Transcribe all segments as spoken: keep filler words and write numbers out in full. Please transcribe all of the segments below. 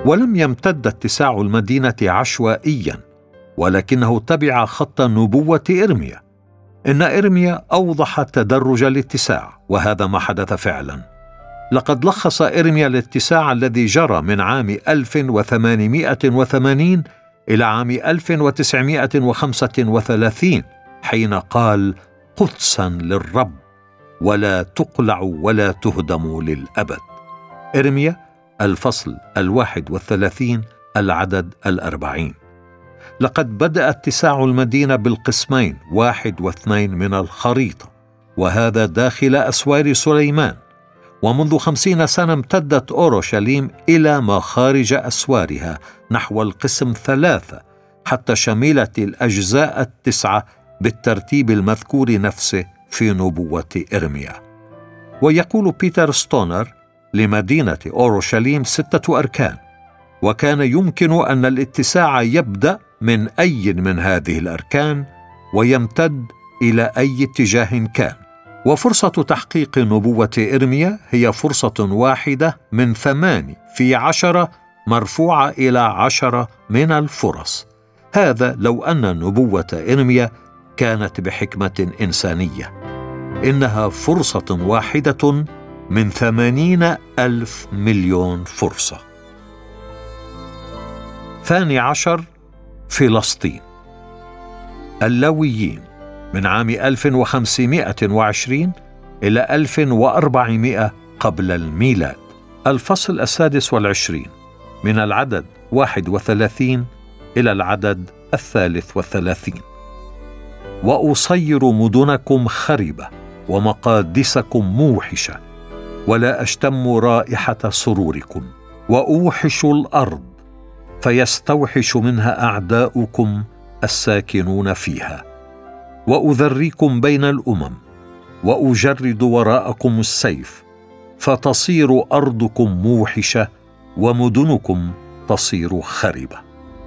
ولم يمتد اتساع المدينة عشوائيا، ولكنه تبع خط نبوة إرميا. إن إرميا أوضح تدرج الاتساع، وهذا ما حدث فعلا. لقد لخص إرميا الاتساع الذي جرى من عام ألف وثمانمائة وثمانين إلى عام ألف وتسعمائة وخمسة وثلاثين، حين قال: قدسا للرب، ولا تقلع ولا تهدم للأبد. إرميا الفصل الواحد والثلاثين العدد الأربعين. لقد بدأ اتساع المدينة بالقسمين واحد واثنين من الخريطة، وهذا داخل أسوار سليمان. ومنذ خمسين سنة امتدت أورشليم إلى مخارج أسوارها نحو القسم ثلاثة، حتى شملت الأجزاء التسعة بالترتيب المذكور نفسه في نبوة إرميا. ويقول بيتر ستونر: لمدينة أورشليم ستة أركان، وكان يمكن أن الاتساع يبدأ من أي من هذه الأركان ويمتد إلى أي اتجاه كان. وفرصة تحقيق نبوة إرميا هي فرصة واحدة من ثمان في عشرة مرفوعة إلى عشرة من الفرص. هذا لو أن نبوة إرميا كانت بحكمة إنسانية. إنها فرصة واحدة من ثمانين ألف مليون فرصة. ثاني عشر، فلسطين. اللاويين من عام ألف وخمسمائة وعشرين إلى ألف وأربعمائة قبل الميلاد. الفصل السادس والعشرين من العدد واحد وثلاثين إلى العدد الثالث والثلاثين. وأصير مدنكم خربة ومقادسكم موحشة، ولا أشتم رائحة سروركم. وأوحش الأرض فيستوحش منها أعداؤكم الساكنون فيها. وأذريكم بين الأمم، وأجرد وراءكم السيف، فتصير أرضكم موحشة ومدنكم تصير خربة.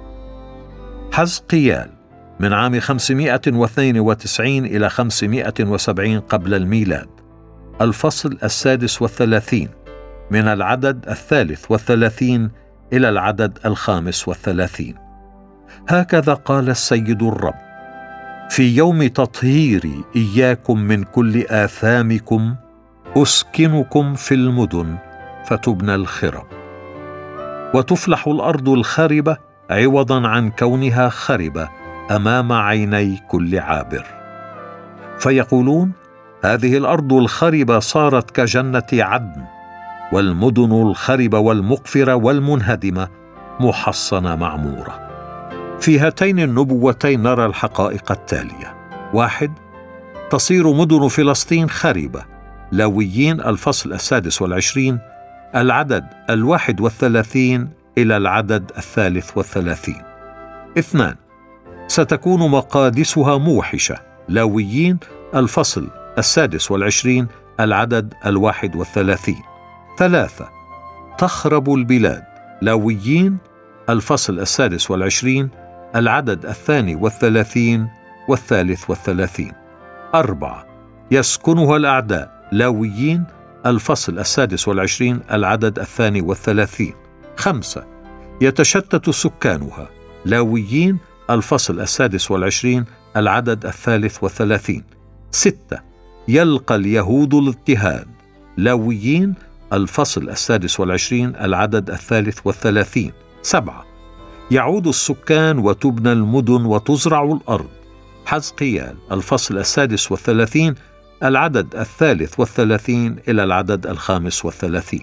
حزقيال من عام خمسمائة واثنين وتسعين إلى خمسمائة وسبعين قبل الميلاد. الفصل السادس والثلاثين من العدد الثالث والثلاثين إلى العدد الخامس والثلاثين. هكذا قال السيد الرب: في يوم تطهيري إياكم من كل آثامكم أسكنكم في المدن فتبنى الخرب، وتفلح الأرض الخربة عوضا عن كونها خربة أمام عيني كل عابر. فيقولون: هذه الأرض الخربة صارت كجنة عدن، والمدن الخربة والمقفرة والمنهدمة محصنة معمورة. في هاتين النبوتين نرى الحقائق التالية: واحد، تصير مدن فلسطين خربة. لاويين الفصل السادس والعشرين العدد الواحد والثلاثين إلى العدد الثالث والثلاثين. اثنان، ستكون مقادسها موحشة. لاويين الفصل السادس والعشرين العدد الواحد والثلاثين. ثلاثة، تخرب البلاد. لاويين الفصل السادس والعشرين العدد الثاني والثلاثين والثالث والثلاثين. أربعة، يسكنها الأعداء. لاويين الفصل السادس والعشرين العدد الثاني والثلاثين. خمسة، يتشتت سكانها. لاويين الفصل السادس والعشرين العدد الثالث والثلاثين. ستة، يلقى اليهود الاضطهاد. لاويين الفصل السادس والعشرين العدد الثالث والثلاثين. سبعة، يعود السكان وتبنى المدن وتزرع الأرض. حزقيال الفصل السادس والثلاثين العدد الثالث والثلاثين إلى العدد الخامس والثلاثين.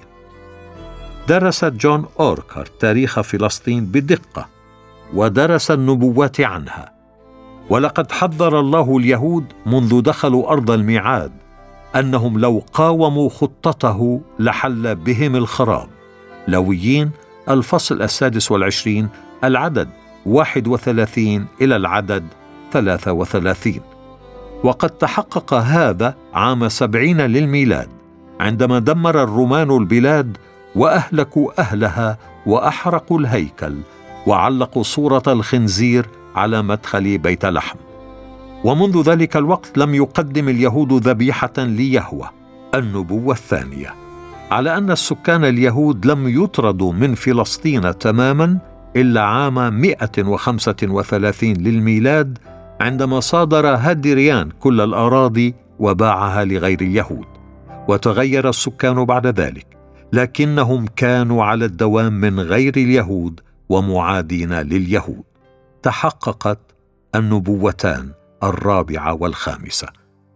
درس جون أوركر تاريخ فلسطين بدقة، ودرس النبوات عنها. ولقد حذر الله اليهود منذ دخلوا أرض الميعاد أنهم لو قاوموا خطته لحل بهم الخراب. لاويين الفصل السادس والعشرين العدد واحد وثلاثين إلى العدد ثلاثة وثلاثين. وقد تحقق هذا عام سبعين للميلاد، عندما دمر الرومان البلاد وأهلكوا أهلها وأحرقوا الهيكل وعلقوا صورة الخنزير على مدخل بيت لحم. ومنذ ذلك الوقت لم يقدم اليهود ذبيحة ليهوه. النبوة الثانية. على أن السكان اليهود لم يطردوا من فلسطين تماما إلا عام مئة وخمسة وثلاثين للميلاد، عندما صادر هادريان كل الأراضي وباعها لغير اليهود، وتغير السكان بعد ذلك، لكنهم كانوا على الدوام من غير اليهود ومعادين لليهود. تحققت النبوتان الرابعة والخامسة،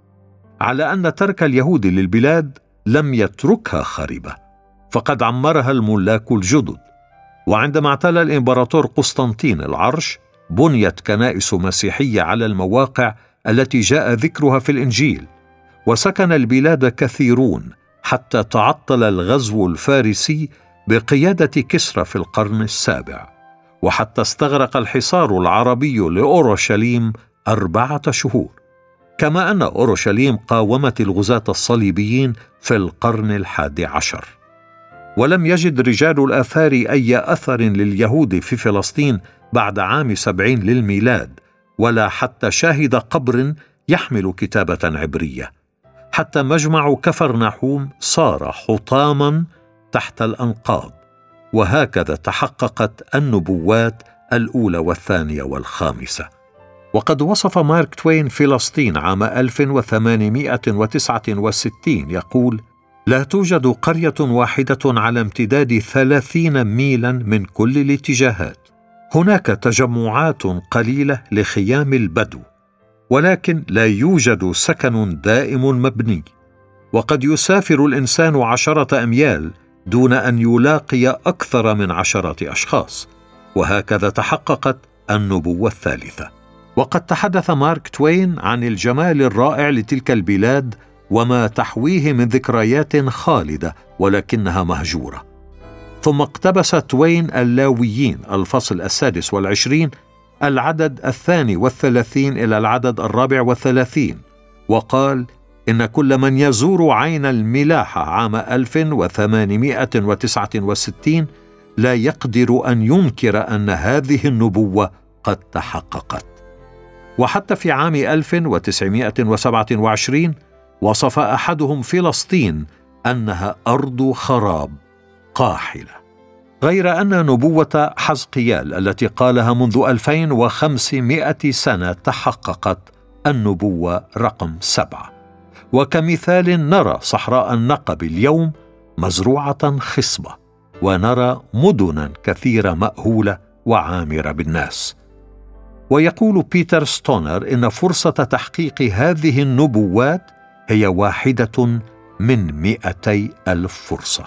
على أن ترك اليهود للبلاد لم يتركها خربة، فقد عمرها الملاك الجدد. وعندما اعتلى الإمبراطور قسطنطين العرش، بنيت كنائس مسيحية على المواقع التي جاء ذكرها في الإنجيل، وسكن البلاد كثيرون حتى تعطل الغزو الفارسي بقيادة كسرى في القرن السابع، وحتى استغرق الحصار العربي لأورشليم أربعة شهور، كما أن أورشليم قاومت الغزاة الصليبيين في القرن الحادي عشر. ولم يجد رجال الآثار أي أثر لليهود في فلسطين بعد عام سبعين للميلاد، ولا حتى شاهد قبر يحمل كتابة عبرية، حتى مجمع كفرنحوم صار حطاما تحت الأنقاض. وهكذا تحققت النبوات الأولى والثانية والخامسة. وقد وصف مارك توين فلسطين عام ألف وثمانمائة وتسعة وستين يقول: لا توجد قرية واحدة على امتداد ثلاثين ميلا من كل الاتجاهات. هناك تجمعات قليلة لخيام البدو، ولكن لا يوجد سكن دائم مبني، وقد يسافر الإنسان عشرة أميال دون أن يلاقي أكثر من عشرة أشخاص. وهكذا تحققت النبوة الثالثة. وقد تحدث مارك توين عن الجمال الرائع لتلك البلاد وما تحويه من ذكريات خالدة ولكنها مهجورة. ثم اقتبس توين اللاويين الفصل السادس والعشرين العدد الثاني والثلاثين إلى العدد الرابع والثلاثين، وقال: إن كل من يزور عين الملاحة عام ألف وثمانمائة وتسعة وستين لا يقدر أن ينكر أن هذه النبوة قد تحققت. وحتى في عام ألف وتسعمائة وسبعة وعشرين وصف أحدهم فلسطين أنها أرض خراب قاحلة. غير أن نبوة حزقيال التي قالها منذ ألفين وخمسمائة سنة تحققت، النبوة رقم سبعة. وكمثال نرى صحراء النقب اليوم مزروعة خصبة، ونرى مدنا كثيرة مأهولة وعامرة بالناس. ويقول بيتر ستونر إن فرصة تحقيق هذه النبوات هي واحدة من مئتي ألف فرصة.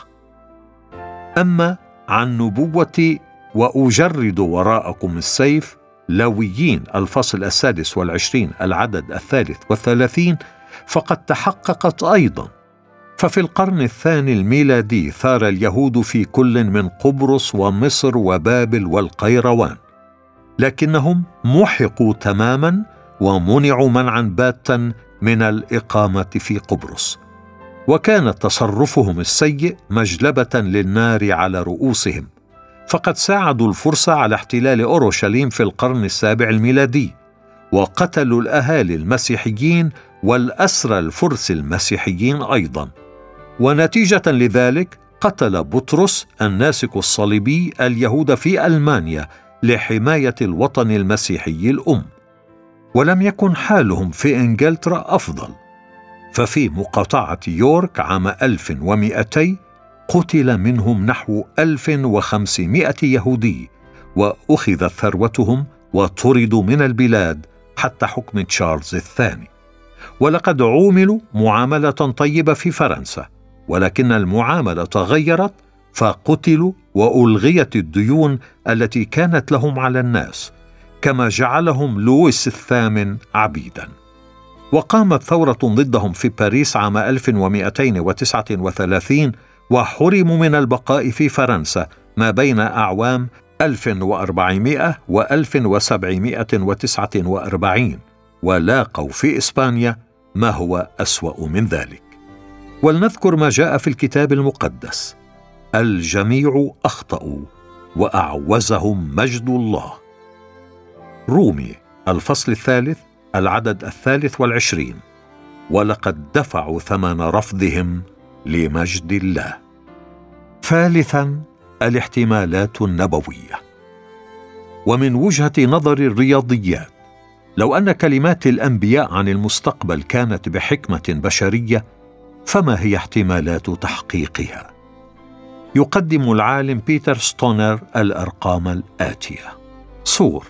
أما عن نبوة وأجرد وراءكم السيف، لاويين الفصل السادس والعشرين العدد الثالث والثلاثين، فقد تحققت أيضا. ففي القرن الثاني الميلادي ثار اليهود في كل من قبرص ومصر وبابل والقيروان، لكنهم محقوا تماما ومنعوا منعا باتا من الإقامة في قبرص، وكان تصرفهم السيء مجلبة للنار على رؤوسهم، فقد ساعدوا الفرس على احتلال أورشليم في القرن السابع الميلادي، وقتلوا الأهالي المسيحيين والأسرى الفرس المسيحيين أيضا. ونتيجة لذلك قتل بطرس الناسك الصليبي اليهود في ألمانيا لحماية الوطن المسيحي الأم. ولم يكن حالهم في إنجلترا أفضل، ففي مقاطعة يورك عام ألف ومئتين قتل منهم نحو ألف وخمسمائة يهودي، وأخذت ثروتهم وطردوا من البلاد حتى حكم تشارلز الثاني. ولقد عوملوا معاملة طيبة في فرنسا، ولكن المعاملة تغيرت، فقتلوا وألغيت الديون التي كانت لهم على الناس، كما جعلهم لويس الثامن عبيدا. وقامت ثورة ضدهم في باريس عام ألف ومئتين وتسعة وثلاثين، وحرموا من البقاء في فرنسا ما بين أعوام ألف وأربعمائة وألف وسبعمائة وتسعة وأربعين، ولاقوا في إسبانيا ما هو أسوأ من ذلك. ولنذكر ما جاء في الكتاب المقدس: الجميع أخطأوا وأعوزهم مجد الله. رومي الفصل الثالث العدد الثالث والعشرين: ولقد دفعوا ثمن رفضهم لمجد الله. ثالثاً، الاحتمالات النبوية. ومن وجهة نظر الرياضيات، لو أن كلمات الأنبياء عن المستقبل كانت بحكمة بشرية، فما هي احتمالات تحقيقها؟ يقدم العالم بيتر ستونر الأرقام الآتية. صور: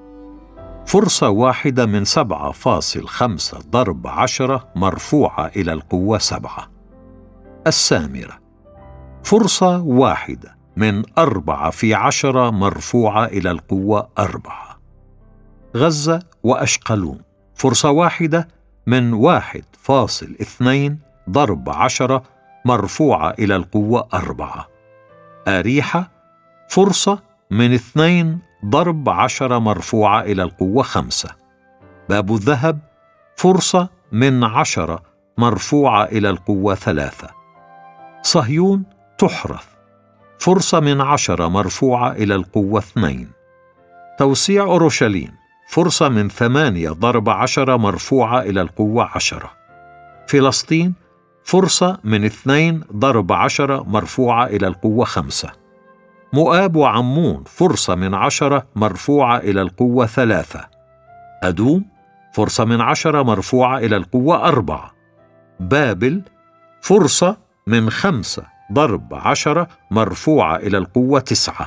فرصة واحدة من سبعة فاصل خمسة ضرب عشرة مرفوعة إلى القوة سبعة. السامرة: فرصة واحدة من أربعة في عشرة مرفوعة إلى القوة أربعة. غزة وأشقلون: فرصة واحدة من واحد فاصل اثنين ضرب عشرة مرفوعة إلى القوة أربعة. أريحة: فرصة من اثنين ضرب عشرة مرفوعة إلى القوة خمسة. باب الذهب: فرصة من عشرة مرفوعة إلى القوة ثلاثة. صهيون تحرث: فرصة من عشرة مرفوعة إلى القوة اثنين. توسيع أورشليم: فرصة من ثمانية ضرب عشرة مرفوعة إلى القوة عشرة. فلسطين: فرصة من اثنين ضرب عشرة مرفوعة إلى القوة خمسة. مؤاب وعمون: فرصة من عشرة مرفوعة إلى القوة ثلاثة. أدوم: فرصة من عشرة مرفوعة إلى القوة أربعة. بابل: فرصة من خمسة ضرب عشرة مرفوعة إلى القوة تسعة.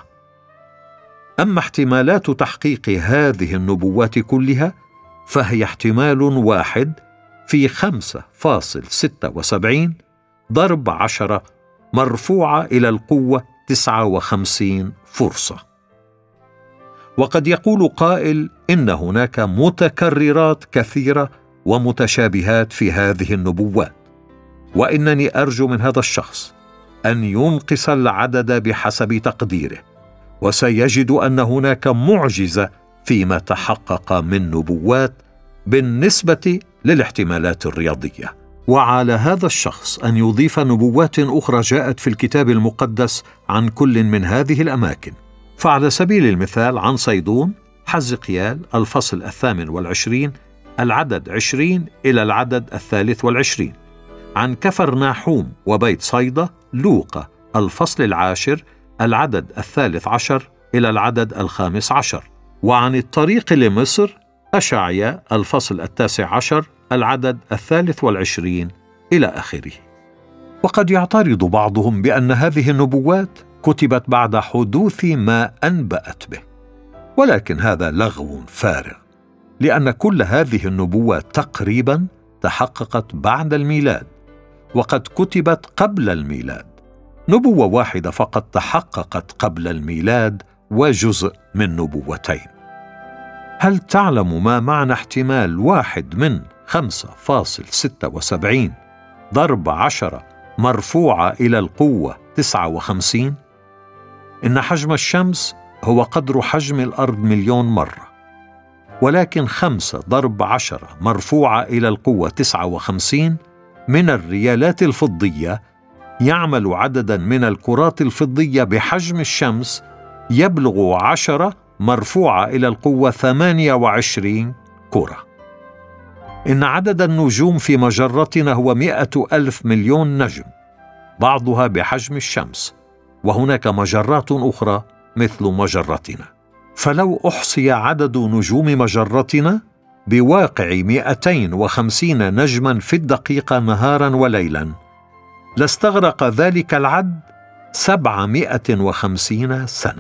أما احتمالات تحقيق هذه النبوات كلها، فهي احتمال واحد في خمسة فاصل ستة وسبعين ضرب عشرة مرفوعة إلى القوة تسعة وخمسين فرصة. وقد يقول قائل إن هناك متكررات كثيرة ومتشابهات في هذه النبوات، وإنني أرجو من هذا الشخص أن ينقص العدد بحسب تقديره، وسيجد أن هناك معجزة فيما تحقق من نبوات بالنسبة للاحتمالات الرياضية. وعلى هذا الشخص أن يضيف نبوات أخرى جاءت في الكتاب المقدس عن كل من هذه الأماكن. فعلى سبيل المثال عن صيدون حزقيال الفصل الثامن والعشرين العدد عشرين إلى العدد الثالث والعشرين. عن كفر ناحوم وبيت صيدا لوقا الفصل العاشر العدد الثالث عشر إلى العدد الخامس عشر. وعن الطريق لمصر أشعيا الفصل التاسع عشر العدد الثالث والعشرين إلى آخره. وقد يعترض بعضهم بأن هذه النبوات كتبت بعد حدوث ما أنبأت به، ولكن هذا لغو فارغ، لأن كل هذه النبوات تقريبا تحققت بعد الميلاد، وقد كتبت قبل الميلاد. نبوة واحدة فقط تحققت قبل الميلاد وجزء من نبوتين. هل تعلم ما معنى احتمال واحد من خمسة فاصل ستة وسبعين ضرب عشرة مرفوعة إلى القوة تسعة وخمسين؟ إن حجم الشمس هو قدر حجم الأرض مليون مرة، ولكن خمسة ضرب عشرة مرفوعة إلى القوة تسعة وخمسين من الريالات الفضية يعمل عددا من الكرات الفضية بحجم الشمس يبلغ عشرة مرفوعة إلى القوة ثمانية وعشرين كرة. إن عدد النجوم في مجرتنا هو مئة ألف مليون نجم، بعضها بحجم الشمس، وهناك مجرات أخرى مثل مجرتنا. فلو أحصي عدد نجوم مجرتنا بواقع مئتين وخمسين نجما في الدقيقة نهارا وليلا، لاستغرق ذلك العد سبعمائة وخمسين سنة،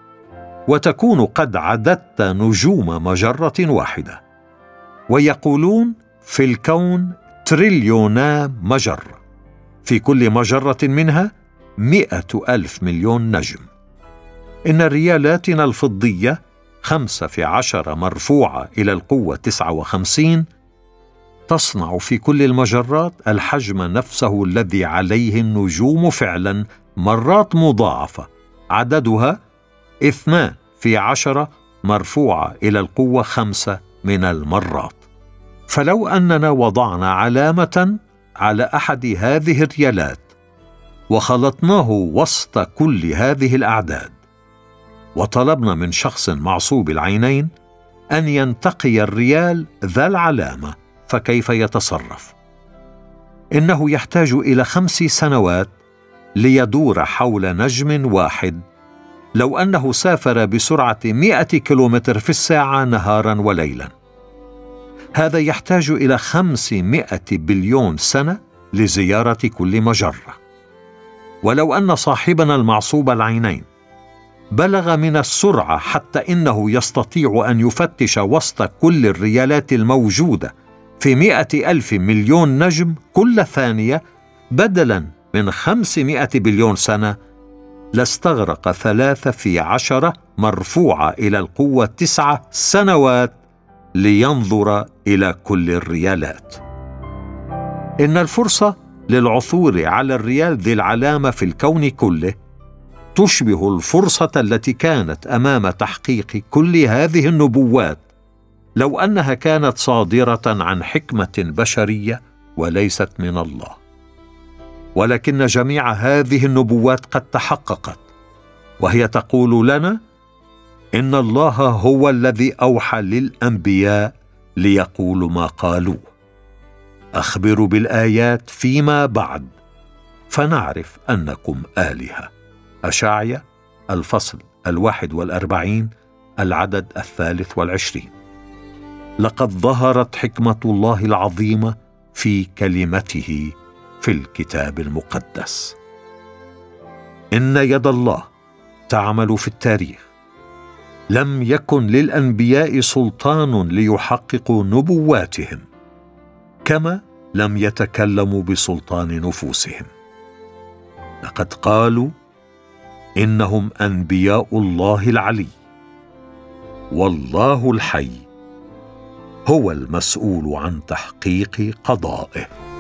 وتكون قد عددت نجوم مجرة واحدة. ويقولون في الكون تريليونا مجرة، في كل مجرة منها مئة ألف مليون نجم. إن ريالاتنا الفضية خمسة في عشرة مرفوعة إلى القوة تسعة وخمسين تصنع في كل المجرات الحجم نفسه الذي عليه النجوم فعلا مرات مضاعفة، عددها اثنان في عشرة مرفوعة إلى القوة خمسة من المرات. فلو أننا وضعنا علامة على أحد هذه الريالات وخلطناه وسط كل هذه الأعداد، وطلبنا من شخص معصوب العينين أن ينتقي الريال ذا العلامة، فكيف يتصرف؟ إنه يحتاج إلى خمس سنوات ليدور حول نجم واحد لو أنه سافر بسرعة مئة كيلومتر في الساعة نهارا وليلا. هذا يحتاج إلى خمسمائة بليون سنة لزيارة كل مجرة. ولو أن صاحبنا المعصوب العينين بلغ من السرعة حتى إنه يستطيع أن يفتش وسط كل الريالات الموجودة في مئة ألف مليون نجم كل ثانية بدلاً من خمسمائة بليون سنة، لاستغرق ثلاثة في عشرة مرفوعة إلى القوة تسعة سنوات لينظر إلى كل الريالات. إن الفرصة للعثور على الريال ذي العلامة في الكون كله تشبه الفرصة التي كانت أمام تحقيق كل هذه النبوات لو أنها كانت صادرة عن حكمة بشرية وليست من الله. ولكن جميع هذه النبوات قد تحققت، وهي تقول لنا إن الله هو الذي أوحى للأنبياء ليقولوا ما قالوه. أخبروا بالآيات فيما بعد فنعرف أنكم آلهة. أشعيا الفصل الواحد والأربعين العدد الثالث والعشرين. لقد ظهرت حكمة الله العظيمة في كلمته في الكتاب المقدس. إن يد الله تعمل في التاريخ. لم يكن للأنبياء سلطان ليحققوا نبواتهم، كما لم يتكلموا بسلطان نفوسهم. لقد قالوا إنهم أنبياء الله العلي، والله الحي هو المسؤول عن تحقيق قضائه.